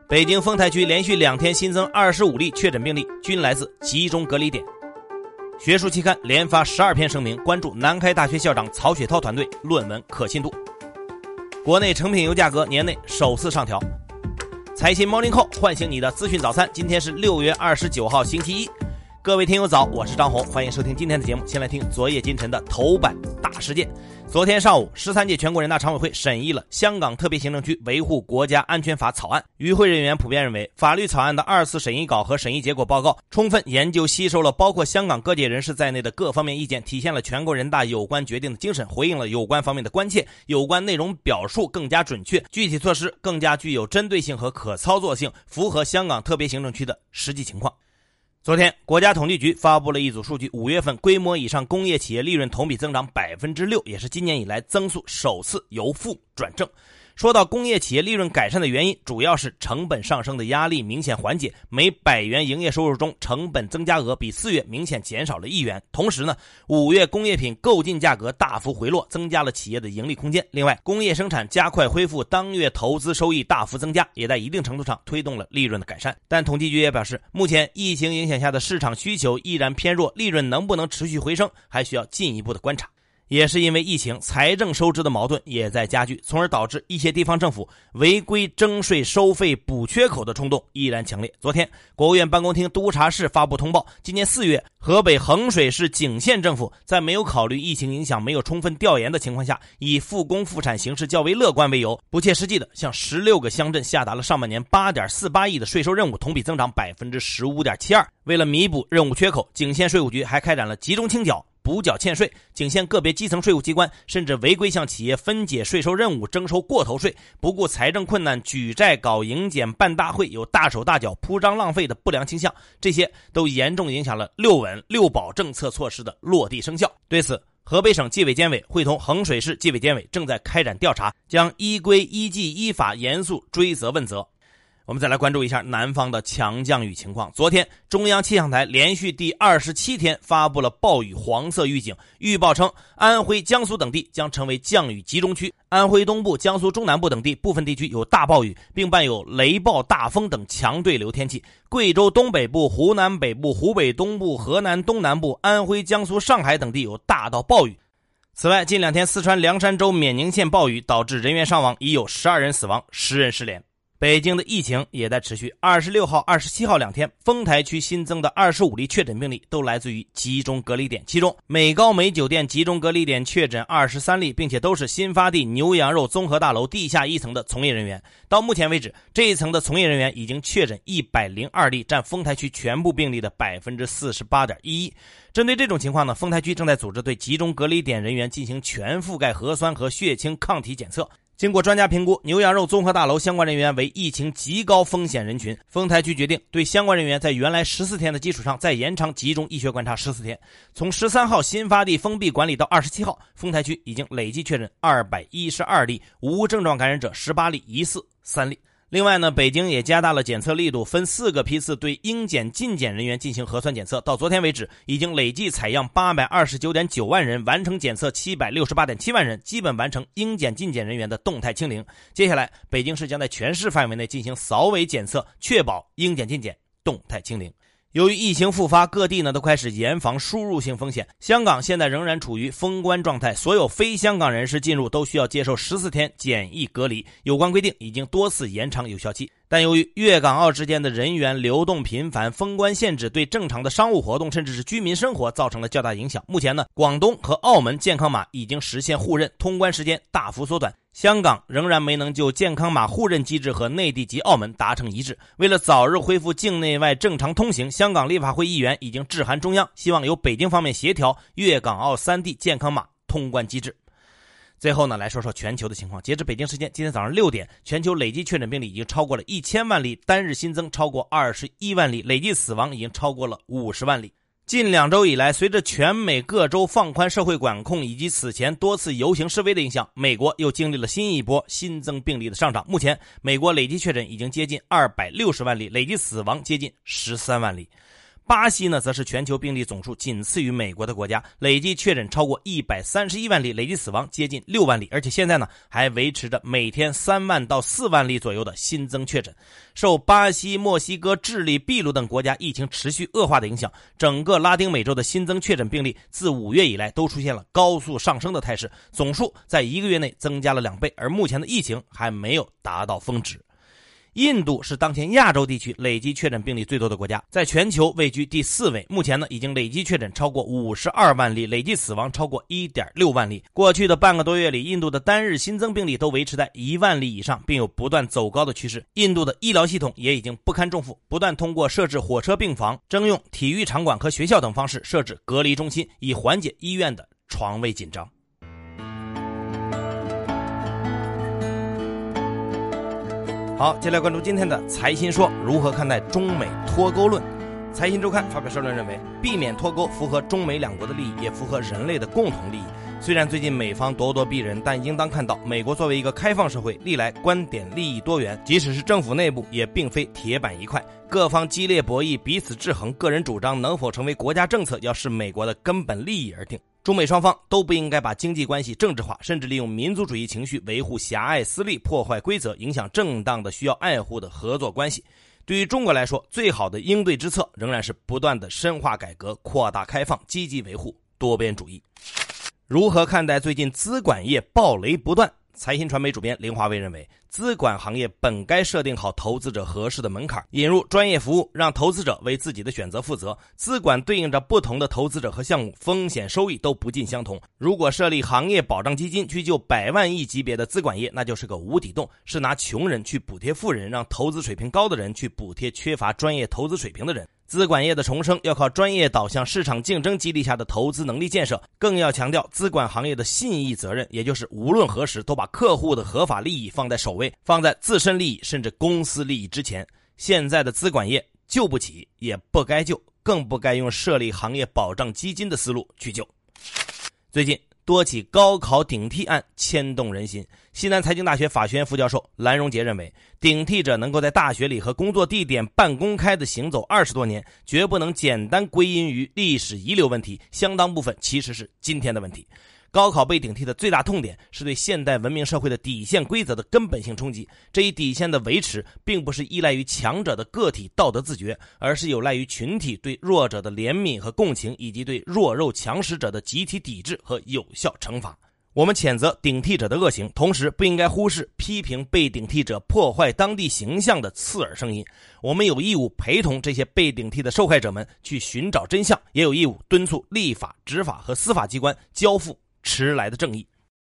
北京丰台区连续2天新增25例确诊病例，均来自集中隔离点。学术期刊连发12篇声明，关注南开大学校长曹雪涛团队论文可信度。国内成品油价格年内首次上调。财新 Morning Call 唤醒你的资讯早餐，今天是6月29号星期一。各位听友早，我是张红，欢迎收听今天的节目。先来听昨夜今晨的头版大事件。昨天上午，13届全国人大常委会审议了《香港特别行政区维护国家安全法》草案。与会人员普遍认为，法律草案的2次审议稿和审议结果报告充分研究吸收了包括香港各界人士在内的各方面意见，体现了全国人大有关决定的精神，回应了有关方面的关切，有关内容表述更加准确，具体措施更加具有针对性和可操作性，符合香港特别行政区的实际情况。昨天，国家统计局发布了一组数据，5月份规模以上工业企业利润同比增长 6%， 也是今年以来增速首次由负转正。说到工业企业利润改善的原因，主要是成本上升的压力明显缓解，每100元营业收入中成本增加额比4月明显减少了1元。同时呢，5月工业品购进价格大幅回落，增加了企业的盈利空间。另外，工业生产加快恢复，当月投资收益大幅增加，也在一定程度上推动了利润的改善。但统计局也表示，目前疫情影响下的市场需求依然偏弱，利润能不能持续回升，还需要进一步的观察。也是因为疫情，财政收支的矛盾也在加剧，从而导致一些地方政府违规征税收费补缺口的冲动依然强烈。昨天，国务院办公厅督察室发布通报，今年4月，河北衡水市景县政府在没有考虑疫情影响、没有充分调研的情况下，以复工复产形势较为乐观为由，不切实际的向16个乡镇下达了上半年 8.48 亿的税收任务，同比增长 15.72%。为了弥补任务缺口，景县税务局还开展了集中清缴补缴欠税，景县个别基层税务机关甚至违规向企业分解税收任务，征收过头税，不顾财政困难举债搞营检办大会，有大手大脚铺张浪费的不良倾向，这些都严重影响了6稳6保政策措施的落地生效。对此，河北省纪委监委会同衡水市纪委监委正在开展调查，将依规依纪依法严肃追责问责。我们再来关注一下南方的强降雨情况。昨天，中央气象台连续第27天发布了暴雨黄色预警，预报称安徽、江苏等地将成为降雨集中区，安徽东部、江苏中南部等地部分地区有大暴雨，并伴有雷暴、大风等强对流天气。贵州东北部、湖南北部、湖北东部、河南东南部、安徽、江苏、上海等地有大到暴雨。此外，近2天四川凉山州冕宁县暴雨导致人员伤亡，已有12人死亡，10人失联。北京的疫情也在持续，26号、27号2天，丰台区新增的25例确诊病例都来自于集中隔离点，其中美高梅酒店集中隔离点确诊23例，并且都是新发地牛羊肉综合大楼地下1层的从业人员。到目前为止，这一层的从业人员已经确诊102例，占丰台区全部病例的 48.11%。针对这种情况呢，丰台区正在组织对集中隔离点人员进行全覆盖核酸和血清抗体检测。经过专家评估，牛羊肉综合大楼相关人员为疫情极高风险人群，丰台区决定对相关人员在原来14天的基础上再延长集中医学观察14天。从13号新发地封闭管理到27号，丰台区已经累计确诊212例，无症状感染者18例，疑似3例。另外呢，北京也加大了检测力度，分4个批次对应检尽检人员进行核酸检测。到昨天为止，已经累计采样 829.9 万人，完成检测 768.7 万人，基本完成应检尽检人员的动态清零。接下来，北京市将在全市范围内进行扫尾检测，确保应检尽检动态清零。由于疫情复发，各地呢都开始严防输入性风险。香港现在仍然处于封关状态，所有非香港人士进入都需要接受14天检疫隔离。有关规定已经多次延长有效期。但由于粤港澳之间的人员流动频繁，封关限制对正常的商务活动甚至是居民生活造成了较大影响。目前呢，广东和澳门健康码已经实现互认，通关时间大幅缩短。香港仍然没能就健康码互认机制和内地及澳门达成一致。为了早日恢复境内外正常通行，香港立法会议员已经致函中央，希望由北京方面协调粤港澳3地健康码通关机制。最后呢，来说说全球的情况。截至北京时间今天早上6点，全球累计确诊病例已经超过了1000万例，单日新增超过21万例，累计死亡已经超过了50万例。近2周以来，随着全美各州放宽社会管控以及此前多次游行示威的影响，美国又经历了新一波新增病例的上涨。目前，美国累计确诊已经接近260万例，累计死亡接近13万例。 巴西呢，则是全球病例总数仅次于美国的国家，累计确诊超过131万例，累计死亡接近6万例，而且现在呢，还维持着每天3万到4万例左右的新增确诊。受巴西、墨西哥、智利、秘鲁等国家疫情持续恶化的影响，整个拉丁美洲的新增确诊病例自5月以来都出现了高速上升的态势，总数在1个月内增加了2倍，而目前的疫情还没有达到峰值。印度是当前亚洲地区累计确诊病例最多的国家，在全球位居第4位，目前呢已经累计确诊超过52万例，累计死亡超过 1.6 万例。过去的半个多月里，印度的单日新增病例都维持在1万例以上，并有不断走高的趋势。印度的医疗系统也已经不堪重负，不断通过设置火车病房、征用体育场馆和学校等方式设置隔离中心，以缓解医院的床位紧张。好，接下来关注今天的财新说，如何看待中美脱钩论。财新周刊发表社论认为，避免脱钩符合中美两国的利益，也符合人类的共同利益。虽然最近美方咄咄逼人，但应当看到，美国作为一个开放社会，历来观点利益多元，即使是政府内部也并非铁板一块，各方激烈博弈，彼此制衡，个人主张能否成为国家政策，要视美国的根本利益而定。中美双方都不应该把经济关系政治化，甚至利用民族主义情绪维护狭隘私利，破坏规则，影响正当的需要爱护的合作关系。对于中国来说，最好的应对之策仍然是不断的深化改革，扩大开放，积极维护多边主义。如何看待最近资管业暴雷不断？财新传媒主编林华威认为，资管行业本该设定好投资者合适的门槛，引入专业服务，让投资者为自己的选择负责。资管对应着不同的投资者和项目，风险收益都不尽相同。如果设立行业保障基金去救100万亿级别的资管业，那就是个无底洞，是拿穷人去补贴富人，让投资水平高的人去补贴缺乏专业投资水平的人。资管业的重生要靠专业导向、市场竞争激励下的投资能力建设，更要强调资管行业的信义责任，也就是无论何时都把客户的合法利益放在首位，放在自身利益甚至公司利益之前。现在的资管业救不起，也不该救，更不该用设立行业保障基金的思路去救。最近多起高考顶替案牵动人心。西南财经大学法学院副教授蓝荣杰认为，顶替者能够在大学里和工作地点半公开的行走20多年，绝不能简单归因于历史遗留问题，相当部分其实是今天的问题。高考被顶替的最大痛点是对现代文明社会的底线规则的根本性冲击。这一底线的维持并不是依赖于强者的个体道德自觉，而是有赖于群体对弱者的怜悯和共情，以及对弱肉强食者的集体抵制和有效惩罚。我们谴责顶替者的恶行，同时不应该忽视批评被顶替者破坏当地形象的刺耳声音。我们有义务陪同这些被顶替的受害者们去寻找真相，也有义务敦促立法、执法和司法机关交付迟来的正义。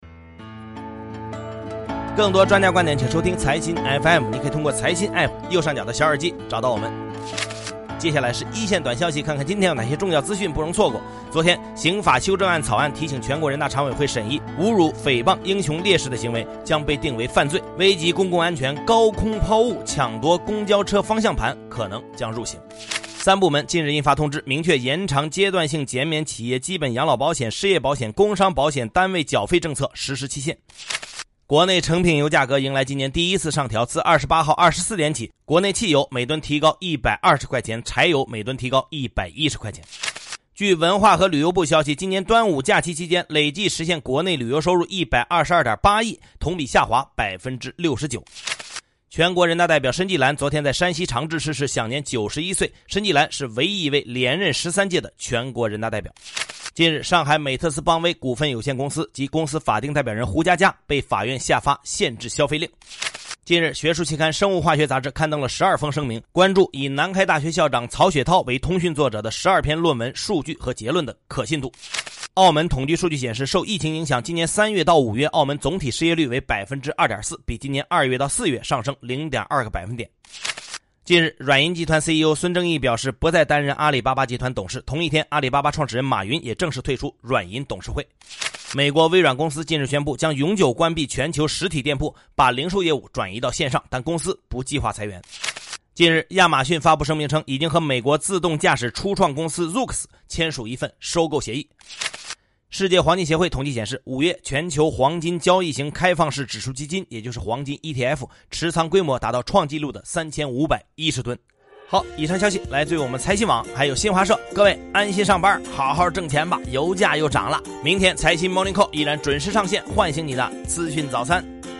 更多专家观点请收听财新 FM， 你可以通过财新 App 右上角的小耳机找到我们。接下来是一线短消息，看看今天有哪些重要资讯不容错过。昨天，刑法修正案草案提请全国人大常委会审议，侮辱、诽谤英雄烈士的行为将被定为犯罪，危及公共安全、高空抛物、抢夺公交车方向盘可能将入刑。3部门近日印发通知，明确延长阶段性减免企业基本养老保险、失业保险、工伤保险单位缴费政策实施期限。国内成品油价格迎来今年第一次上调，自28号24点起，国内汽油每吨提高120块钱，柴油每吨提高110块钱。据文化和旅游部消息，今年端午假期期间累计实现国内旅游收入122.8亿，同比下滑 69%。全国人大代表申纪兰昨天在山西长治逝世，享年91岁。申纪兰是唯一一位连任13届的全国人大代表。近日，上海美特斯邦威股份有限公司及公司法定代表人胡佳佳被法院下发限制消费令。近日，学术期刊《生物化学》杂志刊登了12封声明，关注以南开大学校长曹雪涛为通讯作者的12篇论文数据和结论的可信度。澳门统计数据显示，受疫情影响，今年3月到5月，澳门总体失业率为 2.4%， 比今年2月到4月上升 0.2 个百分点。近日，软银集团 CEO 孙正义表示不再担任阿里巴巴集团董事。同一天，阿里巴巴创始人马云也正式退出软银董事会。美国微软公司近日宣布将永久关闭全球实体店铺，把零售业务转移到线上，但公司不计划裁员。近日，亚马逊发布声明称，已经和美国自动驾驶初创公司 Zoox 签署一份收购协议。世界黄金协会统计显示，5月全球黄金交易型开放式指数基金，也就是黄金 ETF 持仓规模达到创纪录的3510吨。 好，以上消息来自于我们财新网还有新华社，各位安心上班，好好挣钱吧，油价又涨了。明天财新 Morning Call 依然准时上线，唤醒你的资讯早餐。